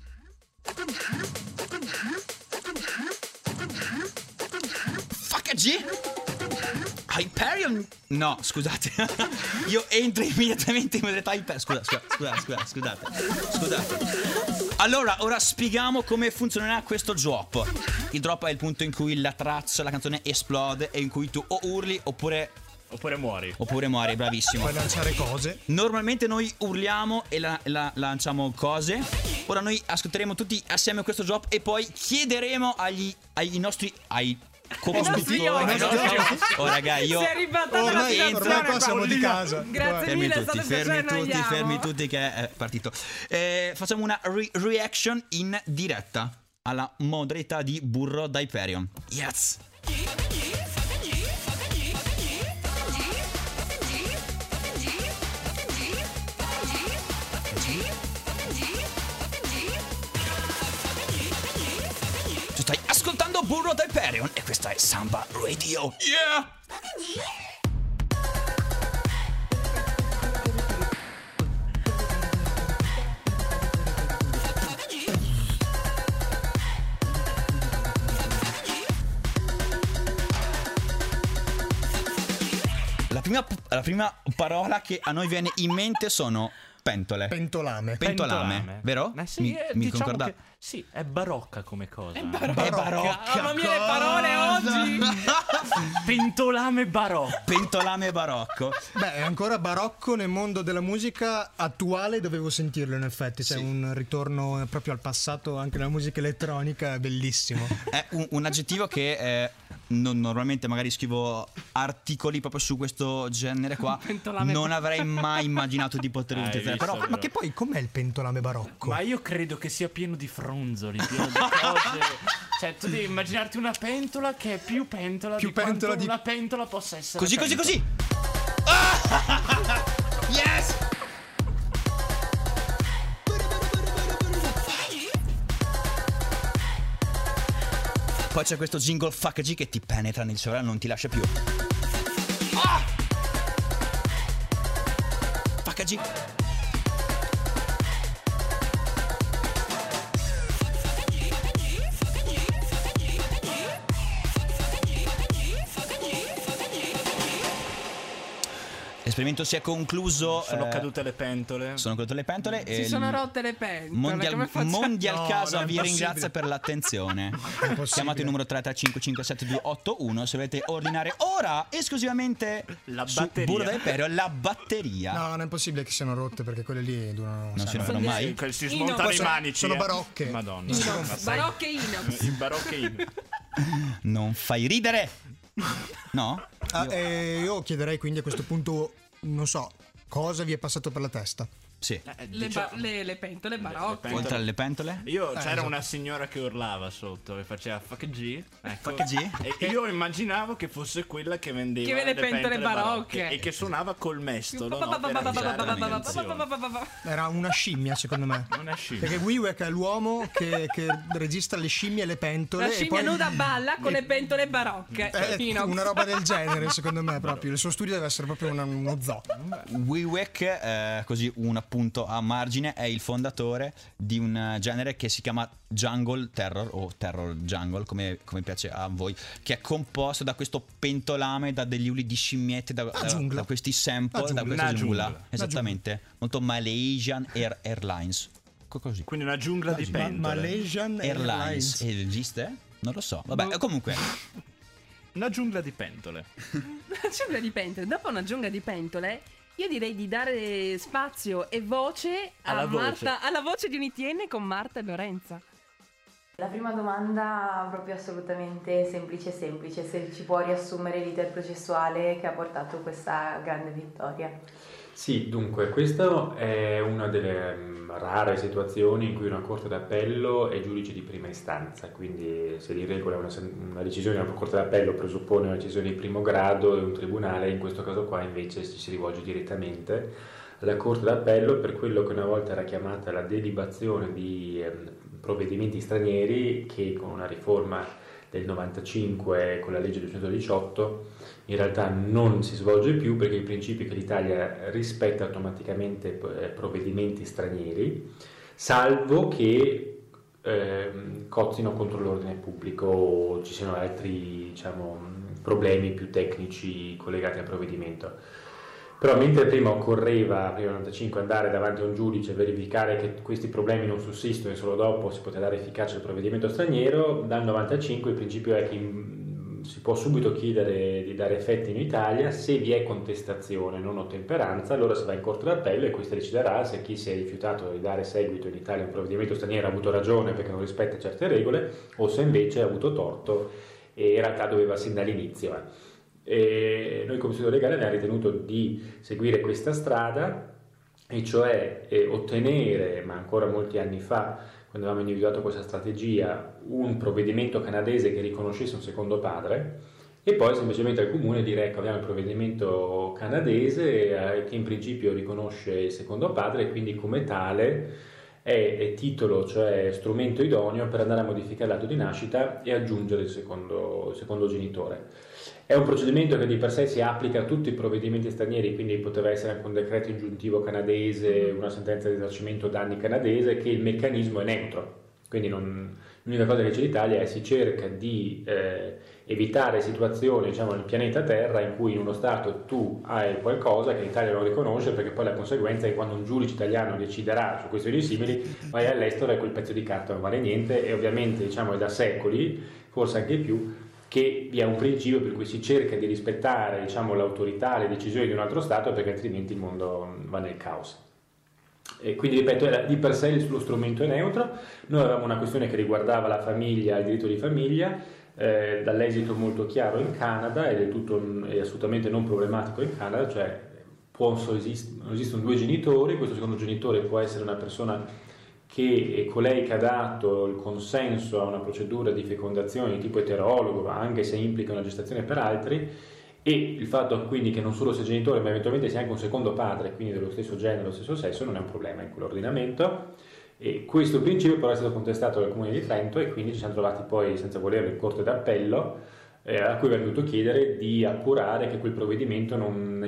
Hyperion? No, scusate. Io entro immediatamente in modalità Hyperion. Scusate. Allora, ora spieghiamo come funzionerà questo drop. Il drop è il punto in cui la canzone esplode e in cui tu o urli oppure muori, bravissimo. Puoi lanciare cose. Normalmente noi urliamo e lanciamo cose. Ora noi ascolteremo tutti assieme questo drop e poi chiederemo ai nostri co-ospiti. Oh raga, io ormai qua siamo di casa. Grazie mille, fermi tutti che è partito. Facciamo una reaction in diretta alla modalità di burro da Hyperion. Yes. Tu stai ascoltando Burro da Hyperion e questa è Samba Radio. Yeah! La prima parola che a noi viene in mente sono pentole. Pentolame, vero? Sì, mi diciamo concorda? che sì, è barocca come cosa. È barocca. Mamma mia, le parole oggi. Pentolame barocco. Beh, è ancora barocco nel mondo della musica attuale, dovevo sentirlo in effetti. C'è un ritorno proprio al passato anche nella musica elettronica, bellissimo. È un aggettivo che normalmente magari scrivo articoli proprio su questo genere qua. Non avrei mai immaginato di poter utilizzare. Però ma che poi com'è il pentolame barocco? Ma io credo che sia pieno di fronzoli, pieno di cose. Cioè, tu devi immaginarti una pentola che è più pentola di quanto una pentola possa essere. Così. Yes! Poi c'è questo jingle fuck G che ti penetra nel cervello, non ti lascia più. Fuck G. L'esperimento si è concluso. Sono cadute le pentole. Si sono rotte le pentole. Mondial Casa vi ringrazia per l'attenzione. Chiamate il numero 335572281 se volete ordinare ora esclusivamente la su batteria. Burro da Hyperion la batteria. No, non è possibile che siano rotte perché quelle lì durano. Non si fanno mai. Si smontano i manici. Sono barocche. Madonna. Barocche inox. In barocche inox. Non fai ridere. No? Io chiederei quindi a questo punto, non so, cosa vi è passato per la testa? Sì. Le pentole barocche. Oltre alle pentole? C'era esatto. una signora che urlava sotto e faceva fuck G. Ecco. Fuck G? E io immaginavo che fosse quella che vendeva Che vende le pentole barocche. e che suonava col mestolo. Era una scimmia, secondo me. Una scimmia. Perché Wiewiek è l'uomo che registra le scimmie e le pentole. La e scimmia poi nuda balla con le pentole barocche. una roba del genere, secondo me, proprio. Il suo studio deve essere proprio uno zoo. Wiewiek, così un appunto a margine, è il fondatore di un genere che si chiama Jungle Terror o Terror Jungle, come piace a voi, che è composto da questo pentolame, da degli uli di scimmiette, da questi sample, da questa giungla. Esattamente, molto Malaysian Airlines. Così. Quindi una giungla di pentole. Malaysian Airlines. Esiste? Non lo so. Vabbè, comunque. Una giungla di pentole. Una giungla di pentole. Dopo una giungla di pentole, io direi di dare spazio e voce alla voce di un ITN con Marta e Lorenza. La prima domanda proprio assolutamente semplice, se ci può riassumere l'iter processuale che ha portato questa grande vittoria. Sì, dunque, questa è una delle rare situazioni in cui una corte d'appello è giudice di prima istanza, quindi se di regola una decisione della corte d'appello presuppone una decisione di primo grado e un tribunale, in questo caso qua invece ci si rivolge direttamente alla corte d'appello per quello che una volta era chiamata la delibazione di provvedimenti stranieri, che con una riforma del 95 con la legge 218 in realtà non si svolge più, perché il principio è che l'Italia rispetta automaticamente provvedimenti stranieri, salvo che cozzino contro l'ordine pubblico o ci siano altri problemi più tecnici collegati al provvedimento. Però mentre prima occorreva, prima del 95, andare davanti a un giudice e verificare che questi problemi non sussistono e solo dopo si poteva dare efficacia al provvedimento straniero, dal 95 il principio è che si può subito chiedere di dare effetti in Italia. Se vi è contestazione, non ottemperanza, allora si va in corte d'appello e questa deciderà se chi si è rifiutato di dare seguito in Italia a un provvedimento straniero ha avuto ragione perché non rispetta certe regole, o se invece ha avuto torto e in realtà doveva sin dall'inizio. E noi come istituto legale abbiamo ritenuto di seguire questa strada, e cioè ottenere, ma ancora molti anni fa, quando avevamo individuato questa strategia, un provvedimento canadese che riconoscesse un secondo padre, e poi semplicemente al comune dire: ecco, abbiamo il provvedimento canadese che in principio riconosce il secondo padre e quindi come tale è titolo, cioè strumento idoneo per andare a modificare l'atto di nascita e aggiungere il secondo genitore. È un procedimento che di per sé si applica a tutti i provvedimenti stranieri, quindi poteva essere anche un decreto ingiuntivo canadese, una sentenza di risarcimento danni canadese, che il meccanismo è neutro. Quindi l'unica cosa che c'è in Italia è che si cerca di evitare situazioni, nel pianeta Terra, in cui in uno Stato tu hai qualcosa che l'Italia non riconosce, perché poi la conseguenza è che quando un giudice italiano deciderà su questioni simili, vai all'estero e quel pezzo di carta non vale niente, e ovviamente è da secoli, forse anche più, che vi è un principio per cui si cerca di rispettare l'autorità, le decisioni di un altro Stato, perché altrimenti il mondo va nel caos. E quindi, ripeto, di per sé lo strumento è neutro. Noi avevamo una questione che riguardava la famiglia, il diritto di famiglia, dall'esito molto chiaro in Canada, ed è assolutamente non problematico in Canada, cioè esistono due genitori, questo secondo genitore può essere una persona che è colei che ha dato il consenso a una procedura di fecondazione di tipo eterologo, anche se implica una gestazione per altri, e il fatto quindi che non solo sia genitore ma eventualmente sia anche un secondo padre, quindi dello stesso genere, dello stesso sesso, non è un problema in quell'ordinamento. E questo principio però è stato contestato dal Comune di Trento, e quindi ci siamo trovati poi, senza volerlo, in corte d'appello, a cui abbiamo dovuto chiedere di appurare che quel provvedimento non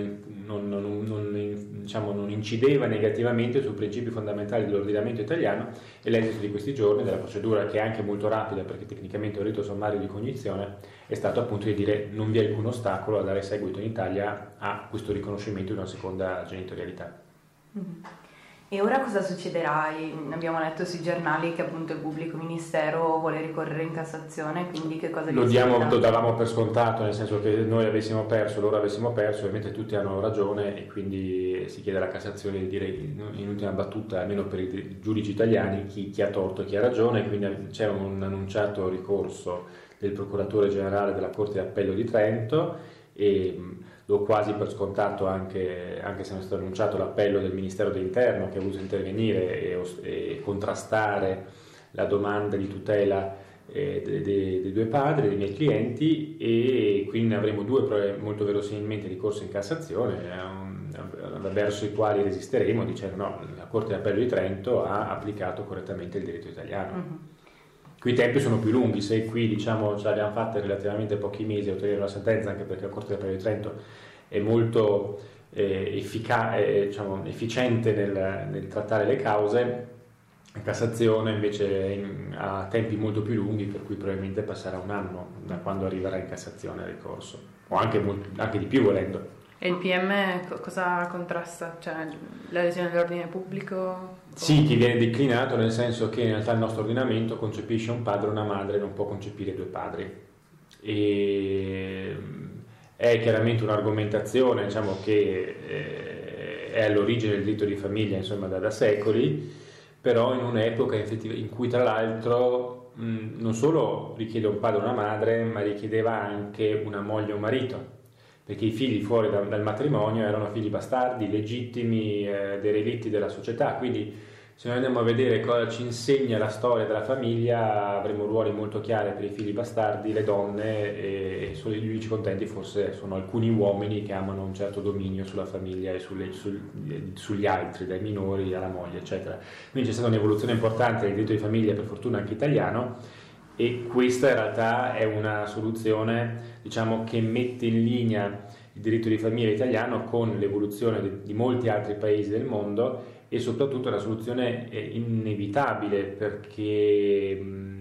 incideva negativamente sui principi fondamentali dell'ordinamento italiano, e l'esito di questi giorni della procedura, che è anche molto rapida perché tecnicamente è un rito sommario di cognizione, è stato appunto di dire: non vi è alcun ostacolo a dare seguito in Italia a questo riconoscimento di una seconda genitorialità. E ora cosa succederà? Abbiamo letto sui giornali che appunto il pubblico ministero vuole ricorrere in Cassazione, quindi che cosa lo davamo per scontato, nel senso che noi avessimo perso, loro avessimo perso, ovviamente tutti hanno ragione, e quindi si chiede alla Cassazione di dire in ultima battuta, almeno per i giudici italiani, chi ha torto e chi ha ragione. Quindi c'è un annunciato ricorso del procuratore generale della Corte d'Appello di Trento, e do quasi per scontato, anche se non è stato annunciato, l'appello del Ministero dell'Interno che ha voluto intervenire e contrastare la domanda di tutela dei due padri, dei miei clienti, e quindi ne avremo due molto verosimilmente ricorso in Cassazione, verso i quali resisteremo dicendo no, la Corte d'Appello di Trento ha applicato correttamente il diritto italiano. Mm-hmm. Qui i tempi sono più lunghi, se qui diciamo ce l'abbiamo fatta relativamente pochi mesi a ottenere una sentenza, anche perché la Corte d'Appello di Trento è molto efficiente nel trattare le cause. In Cassazione invece ha tempi molto più lunghi, per cui probabilmente passerà un anno da quando arriverà in Cassazione il ricorso, o anche di più volendo. E il PM cosa contrasta? Cioè la lesione dell'ordine pubblico? Sì, che viene declinato nel senso che in realtà il nostro ordinamento concepisce un padre e una madre, non può concepire due padri. E è chiaramente un'argomentazione, diciamo, che è all'origine del diritto di famiglia, insomma, da secoli, però in un'epoca in cui tra l'altro non solo richiede un padre e una madre, ma richiedeva anche una moglie e un marito, perché i figli fuori dal matrimonio erano figli bastardi, legittimi, derelitti della società. Quindi se noi andiamo a vedere cosa ci insegna la storia della famiglia, avremo ruoli molto chiari per i figli bastardi, le donne, e gli unici contenti forse sono alcuni uomini che amano un certo dominio sulla famiglia e sugli altri, dai minori alla moglie, eccetera. Quindi c'è stata un'evoluzione importante del diritto di famiglia, per fortuna anche italiano, e questa in realtà è una soluzione, diciamo, che mette in linea il diritto di famiglia italiano con l'evoluzione di molti altri paesi del mondo, e soprattutto è una soluzione inevitabile, perché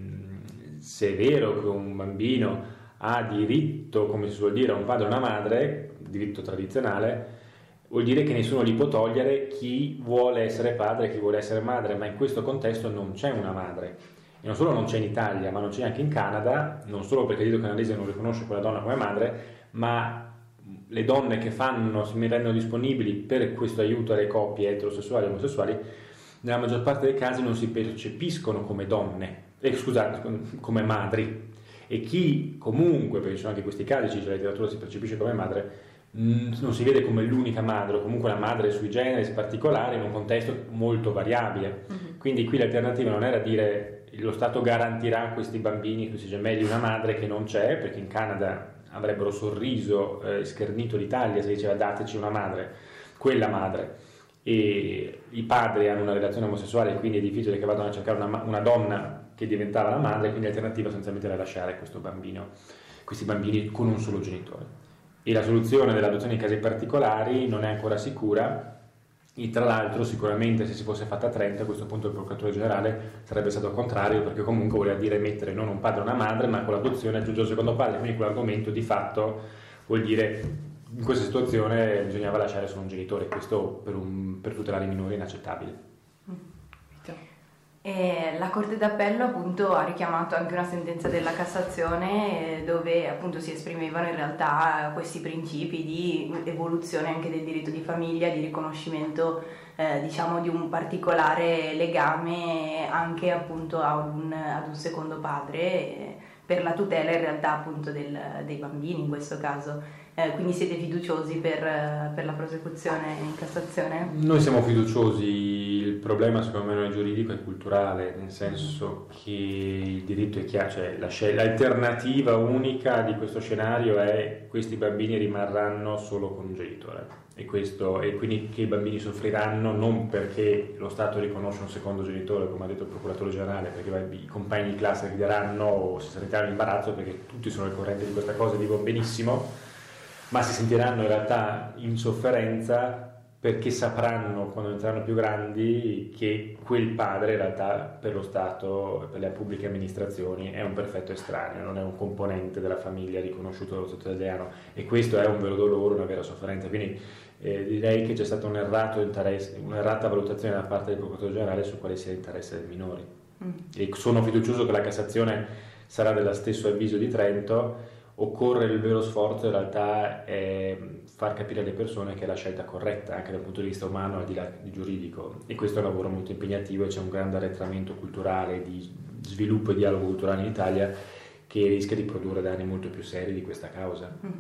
se è vero che un bambino ha diritto, come si suol dire, a un padre e una madre, diritto tradizionale, vuol dire che nessuno gli può togliere chi vuole essere padre e chi vuole essere madre, ma in questo contesto non c'è una madre. E non solo non c'è in Italia, ma non c'è anche in Canada, non solo perché il diritto canadese non riconosce quella donna come madre, ma le donne che si rendono disponibili per questo aiuto alle coppie eterosessuali e omosessuali, nella maggior parte dei casi non si percepiscono come donne, come madri. E chi comunque, perché ci sono anche questi casi, la letteratura si percepisce come madre, non si vede come l'unica madre, o comunque la madre sui generis particolari in un contesto molto variabile. Quindi qui l'alternativa non era dire lo Stato garantirà a questi bambini, questi gemelli, una madre che non c'è, perché in Canada avrebbero sorriso schernito l'Italia se diceva dateci una madre, quella madre, e i padri hanno una relazione omosessuale e quindi è difficile che vadano a cercare una donna che diventava la madre, quindi l'alternativa sostanzialmente era lasciare questi bambini con un solo genitore. E la soluzione dell'adozione in casi particolari non è ancora sicura, e tra l'altro sicuramente se si fosse fatta a Trento a questo punto il procuratore generale sarebbe stato contrario, perché comunque voleva dire mettere non un padre e una madre, ma con l'adozione aggiungere un secondo padre, quindi quell'argomento di fatto vuol dire in questa situazione bisognava lasciare solo un genitore, questo per tutelare i minori è inaccettabile. E la Corte d'Appello appunto ha richiamato anche una sentenza della Cassazione dove appunto si esprimevano in realtà questi principi di evoluzione anche del diritto di famiglia, di riconoscimento diciamo di un particolare legame anche appunto ad un secondo padre per la tutela in realtà appunto dei bambini in questo caso. Quindi siete fiduciosi per la prosecuzione in Cassazione? Noi siamo fiduciosi, il problema secondo me non è giuridico, è culturale, nel senso che il diritto è chiaro, cioè l'alternativa unica di questo scenario è questi bambini rimarranno solo con un genitore e quindi che i bambini soffriranno non perché lo Stato riconosce un secondo genitore, come ha detto il procuratore generale, perché i compagni di classe rideranno o si sentiranno in imbarazzo perché tutti sono al corrente di questa cosa e vivono benissimo, ma si sentiranno in realtà in sofferenza perché sapranno quando diventeranno più grandi che quel padre in realtà per lo Stato e per le pubbliche amministrazioni è un perfetto estraneo, non è un componente della famiglia riconosciuto dallo Stato italiano, e questo è un vero dolore, una vera sofferenza. Quindi direi che c'è stato un'errata valutazione da parte del procuratore generale su quale sia l'interesse dei minori. E sono fiducioso che la Cassazione sarà dello stesso avviso di Trento. Occorre il vero sforzo in realtà è far capire alle persone che è la scelta corretta anche dal punto di vista umano e al di là di giuridico, e questo è un lavoro molto impegnativo e c'è un grande arretramento culturale, di sviluppo e dialogo culturale in Italia che rischia di produrre danni molto più seri di questa causa.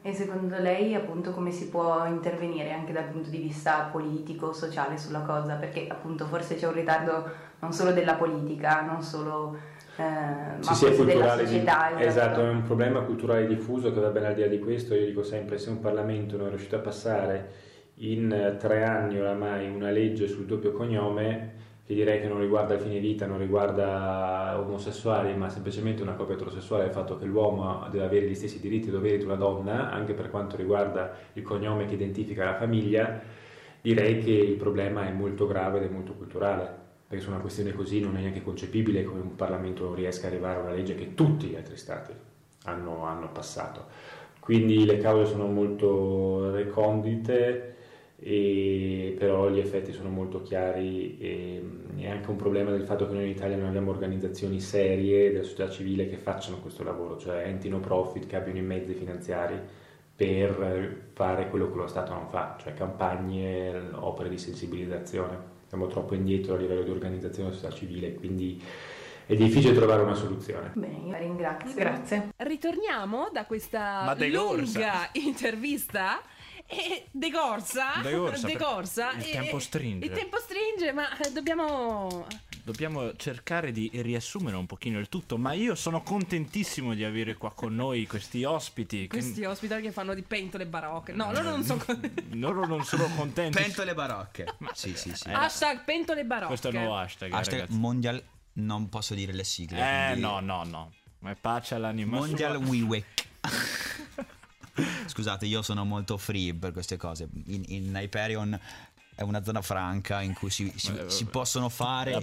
E secondo lei appunto come si può intervenire anche dal punto di vista politico, sociale sulla cosa? Perché appunto forse c'è un ritardo non solo della politica, non solo ma forse della società. Esatto, è un problema culturale diffuso che va ben al di là di questo. Io dico sempre, se un Parlamento non è riuscito a passare in 3 anni oramai una legge sul doppio cognome, che direi che non riguarda il fine vita, non riguarda omosessuali, ma semplicemente una coppia eterosessuale, il fatto che l'uomo deve avere gli stessi diritti e doveri di una donna, anche per quanto riguarda il cognome che identifica la famiglia, direi che il problema è molto grave ed è molto culturale, perché su una questione così non è neanche concepibile come un Parlamento non riesca ad arrivare a una legge che tutti gli altri stati hanno passato. Quindi le cause sono molto recondite, però gli effetti sono molto chiari, e è anche un problema del fatto che noi in Italia non abbiamo organizzazioni serie della società civile che facciano questo lavoro, cioè enti no profit che abbiano i mezzi finanziari per fare quello che lo Stato non fa, cioè campagne, opere di sensibilizzazione. Siamo troppo indietro a livello di organizzazione della società civile, quindi è difficile trovare una soluzione. Bene, io ringrazio. Grazie. Ritorniamo da questa Ma lunga intervista. E decorsa. Il tempo stringe. Il tempo stringe, ma dobbiamo cercare di riassumere un pochino il tutto, ma io sono contentissimo di avere qua con noi questi ospiti. Questi ospiti che fanno di pentole barocche. No, loro non sono contenti. Loro non sono contenti. Pentole barocche. Sì. Hashtag pentole barocche. Questo è il nuovo hashtag. Hashtag mondial, non posso dire le sigle. No. Ma è pace all'anima. Mondial Wiwek. Scusate, io sono molto free per queste cose. In Hyperion è una zona franca in cui si possono fare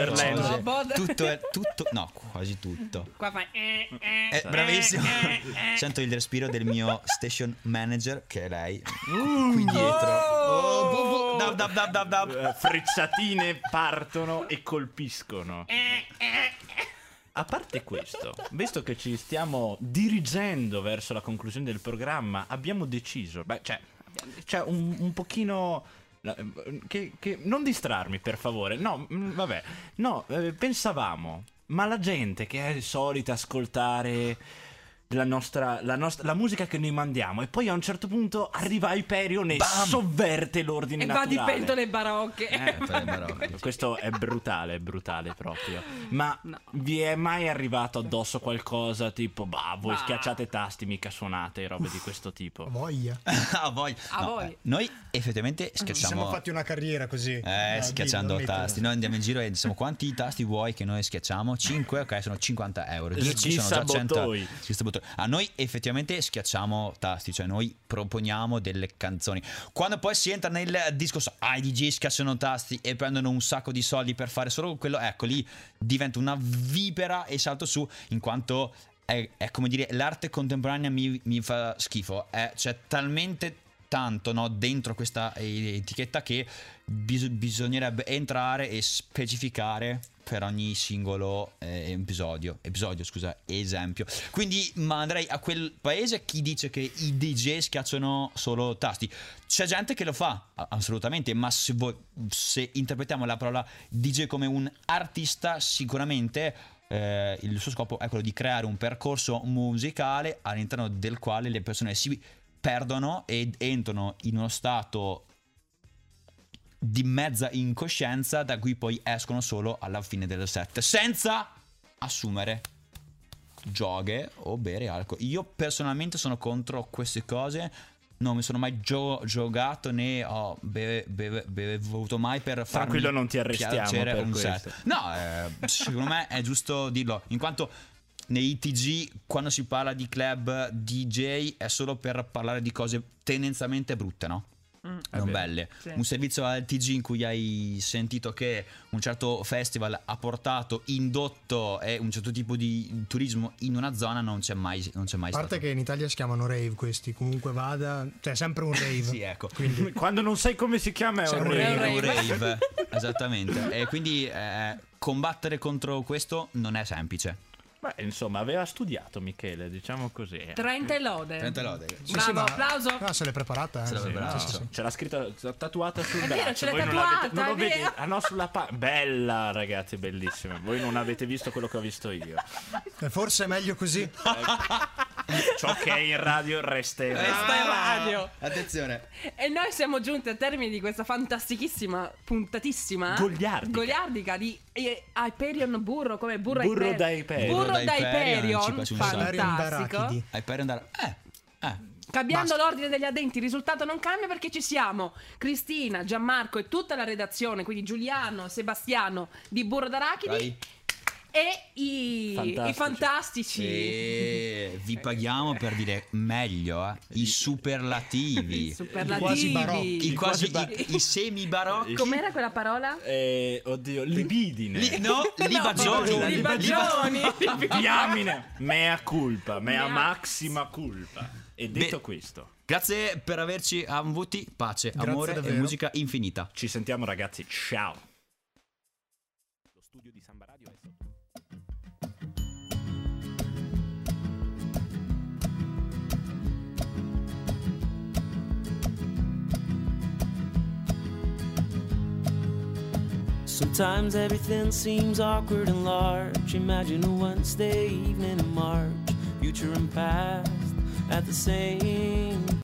tutto, no, quasi tutto. Qua fai bravissimo. Sento il respiro del mio station manager, che è lei, qui dietro. Frecciatine partono e colpiscono. A parte questo, visto che ci stiamo dirigendo verso la conclusione del programma, abbiamo deciso, cioè un pochino, che non distrarmi per favore, pensavamo, ma la gente che è solita ascoltare la musica che noi mandiamo e poi a un certo punto arriva Hyperion e sovverte l'ordine naturale. E va di pentole barocche. Questo è brutale proprio. Ma vi è mai arrivato addosso qualcosa tipo voi schiacciate tasti, mica suonate, robe di questo tipo? Voglia. Noi effettivamente Ci schiacciamo. siamo fatti una carriera così. Schiacciando tasti. Noi andiamo in giro e diciamo quanti tasti vuoi che noi schiacciamo? 5, ok, sono 50 euro. 10 sono già 100. A noi effettivamente schiacciamo tasti, cioè noi proponiamo delle canzoni. Quando poi si entra nel discorso i DJ schiacciano tasti e prendono un sacco di soldi per fare solo quello, ecco lì diventa una vipera e salto su, in quanto è come dire, l'arte contemporanea mi fa schifo. C'è talmente tanto dentro questa etichetta che bisognerebbe entrare e specificare per ogni singolo esempio. Quindi manderei a quel paese chi dice che i DJ schiacciano solo tasti. C'è gente che lo fa, assolutamente, ma se interpretiamo la parola DJ come un artista, sicuramente il suo scopo è quello di creare un percorso musicale all'interno del quale le persone si perdono ed entrano in uno stato di mezza incoscienza da cui poi escono solo alla fine del set senza assumere droghe o bere alcol. Io personalmente sono contro queste cose, non mi sono mai giocato né ho bevuto mai per farmi tranquillo, non ti arrestiamo per un questo. set. No, secondo me è giusto dirlo, in quanto nei TG quando si parla di club DJ è solo per parlare di cose tendenzialmente brutte, no? Non belle. Sì. Un servizio al TG in cui hai sentito che un certo festival ha portato indotto e un certo tipo di turismo in una zona non c'è mai A parte stato. che in Italia si chiamano rave questi, comunque vada, cioè sempre un rave. Sì, ecco. Quindi quando non sai come si chiama è un rave. Esattamente. E quindi combattere contro questo non è semplice. Beh, insomma, aveva studiato Michele, diciamo così. Trenta e lode. Bravo, applauso. No, se l'è preparata. Sì. Ce l'ha scritta tatuata sul È braccio. vero, ce l'hai Voi tatuata, non lo è vedete. vero. Ah no, sulla bella, ragazzi, bellissima. Voi non avete visto quello che ho visto io. Forse è meglio così. Ciò che è in radio resta in radio. Resta in radio. Attenzione. E noi siamo giunti al termine di questa fantastichissima puntatissima goliardica di Hyperion Burro, come Burro da Hyperion. Burro da Hyperion, ci piace un sacco. fantastico. Hyperion da... Cambiando l'ordine degli addetti, il risultato non cambia perché ci siamo Cristina, Gianmarco e tutta la redazione, quindi Giuliano, Sebastiano di Burro d'Arachidi e i fantastici. Vi paghiamo per dire meglio, i superlativi. I superlativi. I semi-barocchi. Com'era quella parola? Oddio, libidine. Libagioni. Diamine. Mea culpa, mea maxima culpa. E detto questo, grazie per averci avuti, pace, amore e musica infinita. Ci sentiamo ragazzi, ciao. Lo studio di Samba Radio è Sometimes everything seems awkward and large. Imagine a Wednesday evening in March, future and past at the same